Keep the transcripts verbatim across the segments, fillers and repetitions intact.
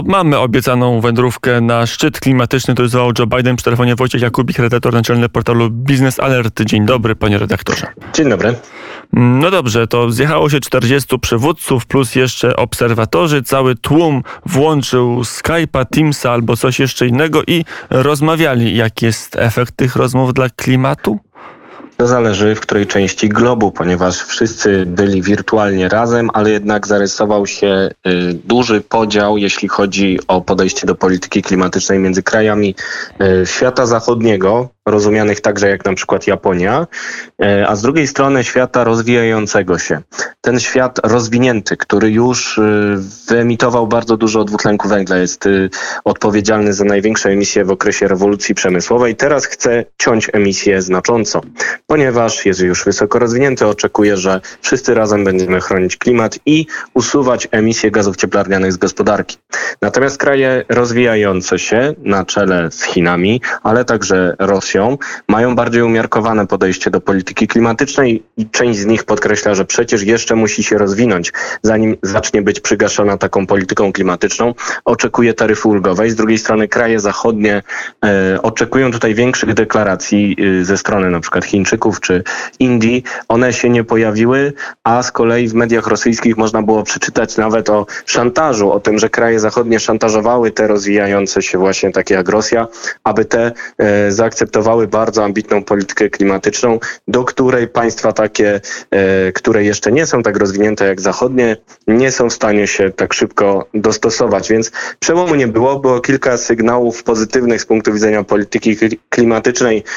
Mamy obiecaną wędrówkę na szczyt klimatyczny, to zwołał Joe Biden. Przy telefonie Wojciech Jakubik, redaktor naczelny portalu Biznes Alert. Dzień dobry, panie redaktorze. Dzień dobry. No dobrze, to zjechało się czterdziestu przywódców plus jeszcze obserwatorzy. Cały tłum włączył Skype'a, Teamsa albo coś jeszcze innego i rozmawiali. Jaki jest efekt tych rozmów dla klimatu? To zależy w której części globu, ponieważ wszyscy byli wirtualnie razem, ale jednak zarysował się y, duży podział, jeśli chodzi o podejście do polityki klimatycznej między krajami y, świata zachodniego, rozumianych także jak na przykład Japonia, y, a z drugiej strony świata rozwijającego się. Ten świat rozwinięty, który już y, wyemitował bardzo dużo dwutlenku węgla, jest y, odpowiedzialny za największe emisje w okresie rewolucji przemysłowej, teraz chce ciąć emisję znacząco. Ponieważ jest już wysoko rozwinięty, oczekuje, że wszyscy razem będziemy chronić klimat i usuwać emisje gazów cieplarnianych z gospodarki. Natomiast kraje rozwijające się na czele z Chinami, ale także Rosją, mają bardziej umiarkowane podejście do polityki klimatycznej i część z nich podkreśla, że przecież jeszcze musi się rozwinąć, zanim zacznie być przygaszona taką polityką klimatyczną. Oczekuje taryfy ulgowej. Z drugiej strony kraje zachodnie e, oczekują tutaj większych deklaracji e, ze strony na przykład Chińczyków czy Indii. One się nie pojawiły, a z kolei w mediach rosyjskich można było przeczytać nawet o szantażu, o tym, że kraje zachodnie szantażowały te rozwijające się właśnie takie jak Rosja, aby te e, zaakceptowały bardzo ambitną politykę klimatyczną, do której państwa takie, e, które jeszcze nie są tak rozwinięte jak zachodnie, nie są w stanie się tak szybko dostosować. Więc przełomu nie było. Było kilka sygnałów pozytywnych z punktu widzenia polityki klimatycznej e,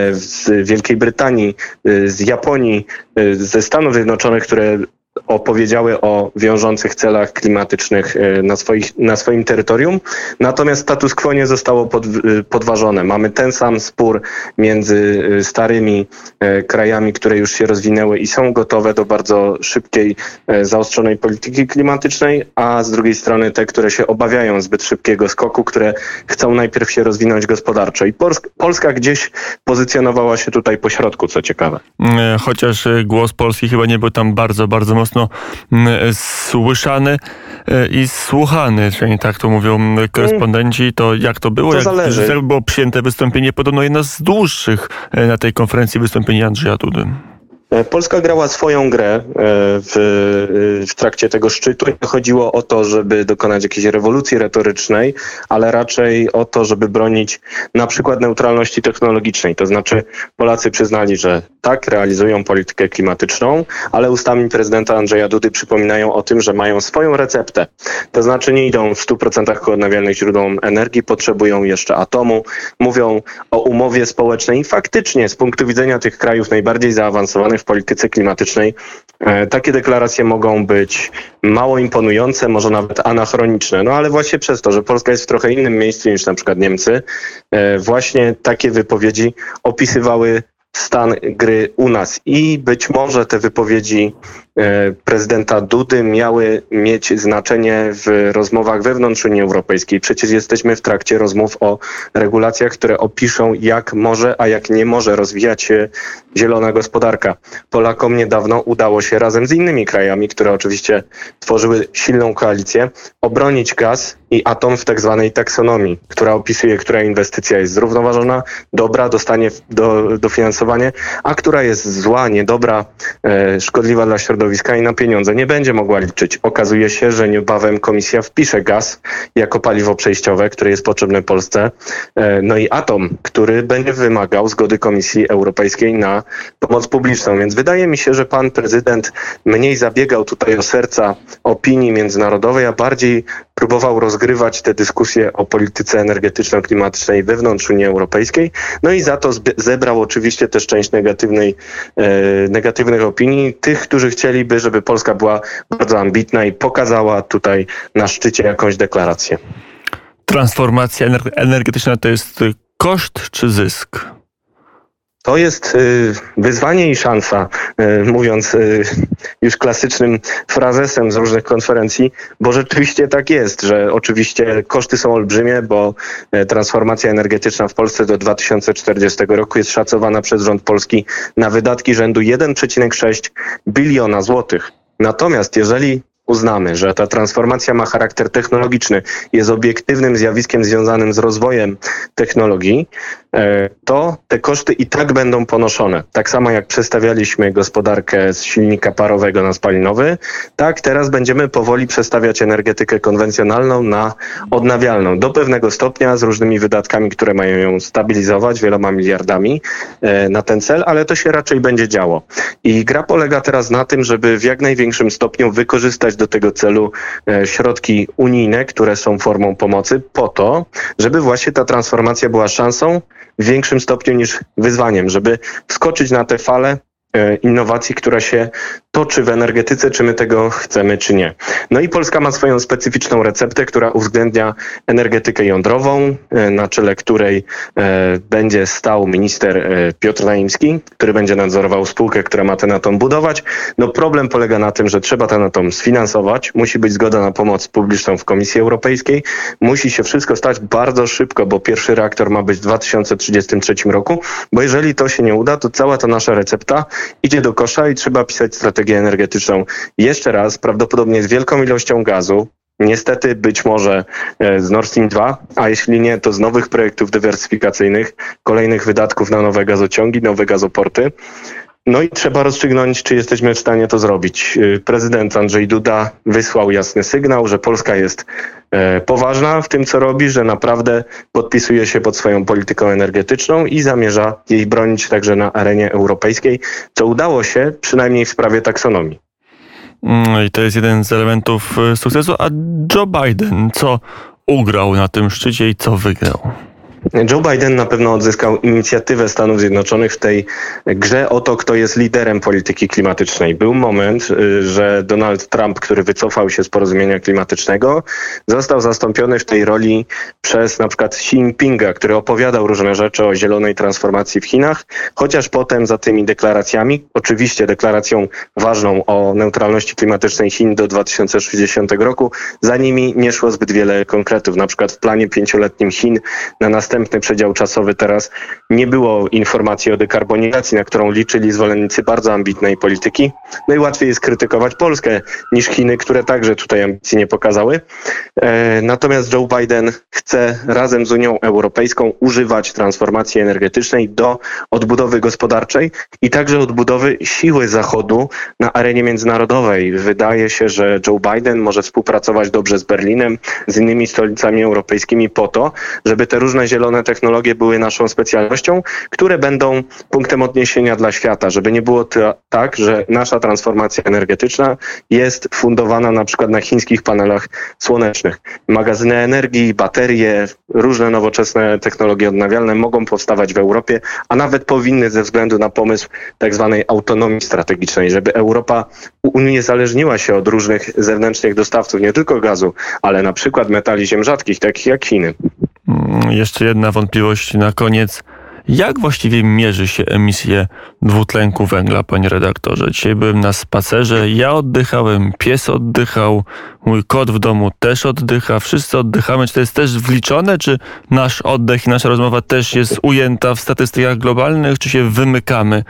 z Wielkiej Brytanii, z Japonii, ze Stanów Zjednoczonych, które opowiedziały o wiążących celach klimatycznych na, swoich, na swoim terytorium. Natomiast status quo nie zostało pod, podważone. Mamy ten sam spór między starymi krajami, które już się rozwinęły i są gotowe do bardzo szybkiej, zaostrzonej polityki klimatycznej, a z drugiej strony te, które się obawiają zbyt szybkiego skoku, które chcą najpierw się rozwinąć gospodarczo. I Polska, Polska gdzieś pozycjonowała się tutaj po środku, co ciekawe. Chociaż głos Polski chyba nie był tam bardzo, bardzo mocno słyszany i słuchany, czyli tak to mówią korespondenci, to jak to było? To jak, zależy. Jak było przyjęte wystąpienie? Podobno jedno z dłuższych na tej konferencji wystąpienie Andrzeja Dudy. Polska grała swoją grę w, w trakcie tego szczytu. Nie chodziło o to, żeby dokonać jakiejś rewolucji retorycznej, ale raczej o to, żeby bronić na przykład neutralności technologicznej. To znaczy Polacy przyznali, że tak, realizują politykę klimatyczną, ale ustami prezydenta Andrzeja Dudy przypominają o tym, że mają swoją receptę. To znaczy nie idą w stu procentach ku odnawialnym źródłom energii, potrzebują jeszcze atomu. Mówią o umowie społecznej i faktycznie z punktu widzenia tych krajów najbardziej zaawansowanych w polityce klimatycznej e, takie deklaracje mogą być mało imponujące, może nawet anachroniczne. No ale właśnie przez to, że Polska jest w trochę innym miejscu niż na przykład Niemcy, e, właśnie takie wypowiedzi opisywały stan gry u nas. I być może te wypowiedzi e, prezydenta Dudy miały mieć znaczenie w rozmowach wewnątrz Unii Europejskiej. Przecież jesteśmy w trakcie rozmów o regulacjach, które opiszą, jak może, a jak nie może rozwijać się zielona gospodarka. Polakom niedawno udało się razem z innymi krajami, które oczywiście tworzyły silną koalicję, obronić gaz i atom w tak zwanej taksonomii, która opisuje, która inwestycja jest zrównoważona, dobra, dostanie do, dofinansowanie, a która jest zła, niedobra, e, szkodliwa dla środowiska i na pieniądze nie będzie mogła liczyć. Okazuje się, że niebawem komisja wpisze gaz jako paliwo przejściowe, które jest potrzebne Polsce, e, no i atom, który będzie wymagał zgody Komisji Europejskiej na pomoc publiczną. Więc wydaje mi się, że pan prezydent mniej zabiegał tutaj o serca opinii międzynarodowej, a bardziej próbował rozgrywać te dyskusje o polityce energetyczno-klimatycznej wewnątrz Unii Europejskiej. No i za to zebrał oczywiście też część negatywnej, e, negatywnych opinii tych, którzy chcieliby, żeby Polska była bardzo ambitna i pokazała tutaj na szczycie jakąś deklarację. Transformacja energetyczna to jest koszt czy zysk? To jest wyzwanie i szansa, mówiąc już klasycznym frazesem z różnych konferencji, bo rzeczywiście tak jest, że oczywiście koszty są olbrzymie, bo transformacja energetyczna w Polsce do dwa tysiące czterdziestego roku jest szacowana przez rząd polski na wydatki rzędu jeden przecinek sześć biliona złotych. Natomiast jeżeli uznamy, że ta transformacja ma charakter technologiczny, jest obiektywnym zjawiskiem związanym z rozwojem technologii, to te koszty i tak będą ponoszone. Tak samo jak przestawialiśmy gospodarkę z silnika parowego na spalinowy, tak teraz będziemy powoli przestawiać energetykę konwencjonalną na odnawialną. Do pewnego stopnia z różnymi wydatkami, które mają ją stabilizować, wieloma miliardami na ten cel, ale to się raczej będzie działo. I gra polega teraz na tym, żeby w jak największym stopniu wykorzystać do tego celu środki unijne, które są formą pomocy, po to, żeby właśnie ta transformacja była szansą w większym stopniu niż wyzwaniem, żeby wskoczyć na tę falę innowacji, która się toczy w energetyce, czy my tego chcemy, czy nie. No i Polska ma swoją specyficzną receptę, która uwzględnia energetykę jądrową, na czele której e, będzie stał minister e, Piotr Naimski, który będzie nadzorował spółkę, która ma ten atom budować. No problem polega na tym, że trzeba ten atom sfinansować, musi być zgoda na pomoc publiczną w Komisji Europejskiej, musi się wszystko stać bardzo szybko, bo pierwszy reaktor ma być w dwa tysiące trzydziestym trzecim roku, bo jeżeli to się nie uda, to cała ta nasza recepta idzie do kosza i trzeba pisać strategię energetyczną jeszcze raz, prawdopodobnie z wielką ilością gazu, niestety być może z Nord Stream dwa, a jeśli nie, to z nowych projektów dywersyfikacyjnych, kolejnych wydatków na nowe gazociągi, nowe gazoporty. No i trzeba rozstrzygnąć, czy jesteśmy w stanie to zrobić. Prezydent Andrzej Duda wysłał jasny sygnał, że Polska jest poważna w tym, co robi, że naprawdę podpisuje się pod swoją polityką energetyczną i zamierza jej bronić także na arenie europejskiej, co udało się przynajmniej w sprawie taksonomii. No i to jest jeden z elementów sukcesu. A Joe Biden co ugrał na tym szczycie i co wygrał? Joe Biden na pewno odzyskał inicjatywę Stanów Zjednoczonych w tej grze o to, kto jest liderem polityki klimatycznej. Był moment, że Donald Trump, który wycofał się z porozumienia klimatycznego, został zastąpiony w tej roli przez na przykład Xi Jinpinga, który opowiadał różne rzeczy o zielonej transformacji w Chinach, chociaż potem za tymi deklaracjami, oczywiście deklaracją ważną o neutralności klimatycznej Chin do dwa tysiące sześćdziesiątego roku, za nimi nie szło zbyt wiele konkretów. Na przykład w planie pięcioletnim Chin na następny przedział czasowy teraz nie było informacji o dekarbonizacji, na którą liczyli zwolennicy bardzo ambitnej polityki. No i łatwiej jest krytykować Polskę niż Chiny, które także tutaj ambicji nie pokazały. E, natomiast Joe Biden chce razem z Unią Europejską używać transformacji energetycznej do odbudowy gospodarczej i także odbudowy siły Zachodu na arenie międzynarodowej. Wydaje się, że Joe Biden może współpracować dobrze z Berlinem, z innymi stolicami europejskimi po to, żeby te różne zielone technologie były naszą specjalnością, które będą punktem odniesienia dla świata, żeby nie było to tak, że nasza transformacja energetyczna jest fundowana na przykład na chińskich panelach słonecznych. Magazyny energii, baterie, różne nowoczesne technologie odnawialne mogą powstawać w Europie, a nawet powinny ze względu na pomysł tak zwanej autonomii strategicznej, żeby Europa uniezależniła się od różnych zewnętrznych dostawców, nie tylko gazu, ale na przykład metali ziem rzadkich, takich jak Chiny. Jeszcze jedna wątpliwość na koniec. Jak właściwie mierzy się emisję dwutlenku węgla, panie redaktorze? Dzisiaj byłem na spacerze, ja oddychałem, pies oddychał, mój kot w domu też oddycha, wszyscy oddychamy. Czy to jest też wliczone, czy nasz oddech i nasza rozmowa też jest ujęta w statystykach globalnych, czy się wymykamy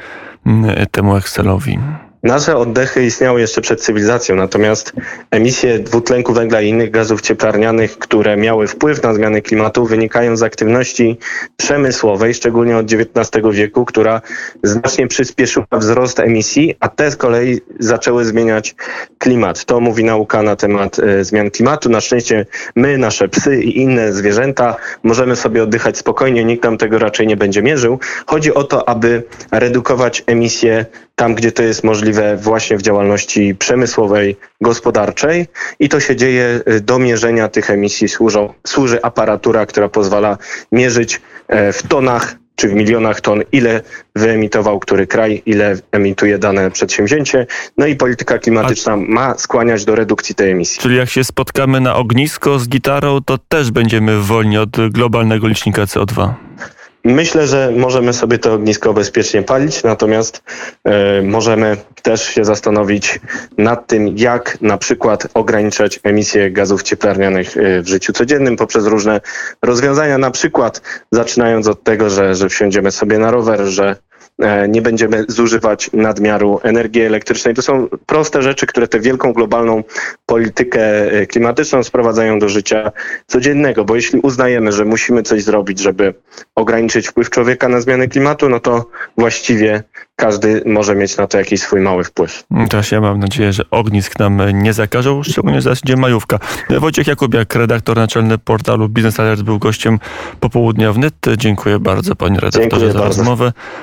temu Excelowi? Nasze oddechy istniały jeszcze przed cywilizacją, natomiast emisje dwutlenku węgla i innych gazów cieplarnianych, które miały wpływ na zmiany klimatu, wynikają z aktywności przemysłowej, szczególnie od dziewiętnastego wieku, która znacznie przyspieszyła wzrost emisji, a te z kolei zaczęły zmieniać klimat. To mówi nauka na temat e, zmian klimatu. Na szczęście my, nasze psy i inne zwierzęta możemy sobie oddychać spokojnie, nikt nam tego raczej nie będzie mierzył. Chodzi o to, aby redukować emisje tam, gdzie to jest możliwe właśnie w działalności przemysłowej, gospodarczej i to się dzieje. Do mierzenia tych emisji służą, służy aparatura, która pozwala mierzyć w tonach czy w milionach ton, ile wyemitował który kraj, ile emituje dane przedsięwzięcie. No i polityka klimatyczna ma skłaniać do redukcji tej emisji. Czyli jak się spotkamy na ognisko z gitarą, to też będziemy wolni od globalnego licznika C O dwa. Myślę, że możemy sobie to ognisko bezpiecznie palić, natomiast y, możemy też się zastanowić nad tym, jak na przykład ograniczać emisję gazów cieplarnianych y, w życiu codziennym poprzez różne rozwiązania, na przykład zaczynając od tego, że, że wsiądziemy sobie na rower, że nie będziemy zużywać nadmiaru energii elektrycznej. To są proste rzeczy, które tę wielką globalną politykę klimatyczną sprowadzają do życia codziennego, bo jeśli uznajemy, że musimy coś zrobić, żeby ograniczyć wpływ człowieka na zmiany klimatu, no to właściwie każdy może mieć na to jakiś swój mały wpływ. Też ja mam nadzieję, że ognisk nam nie zakażą, szczególnie zaraz idzie majówka. Wojciech Jakubiak, redaktor naczelny portalu Biznes Alert, był gościem popołudnia w N E T. Dziękuję bardzo, panie redaktorze, Dziękuję za bardzo. rozmowę.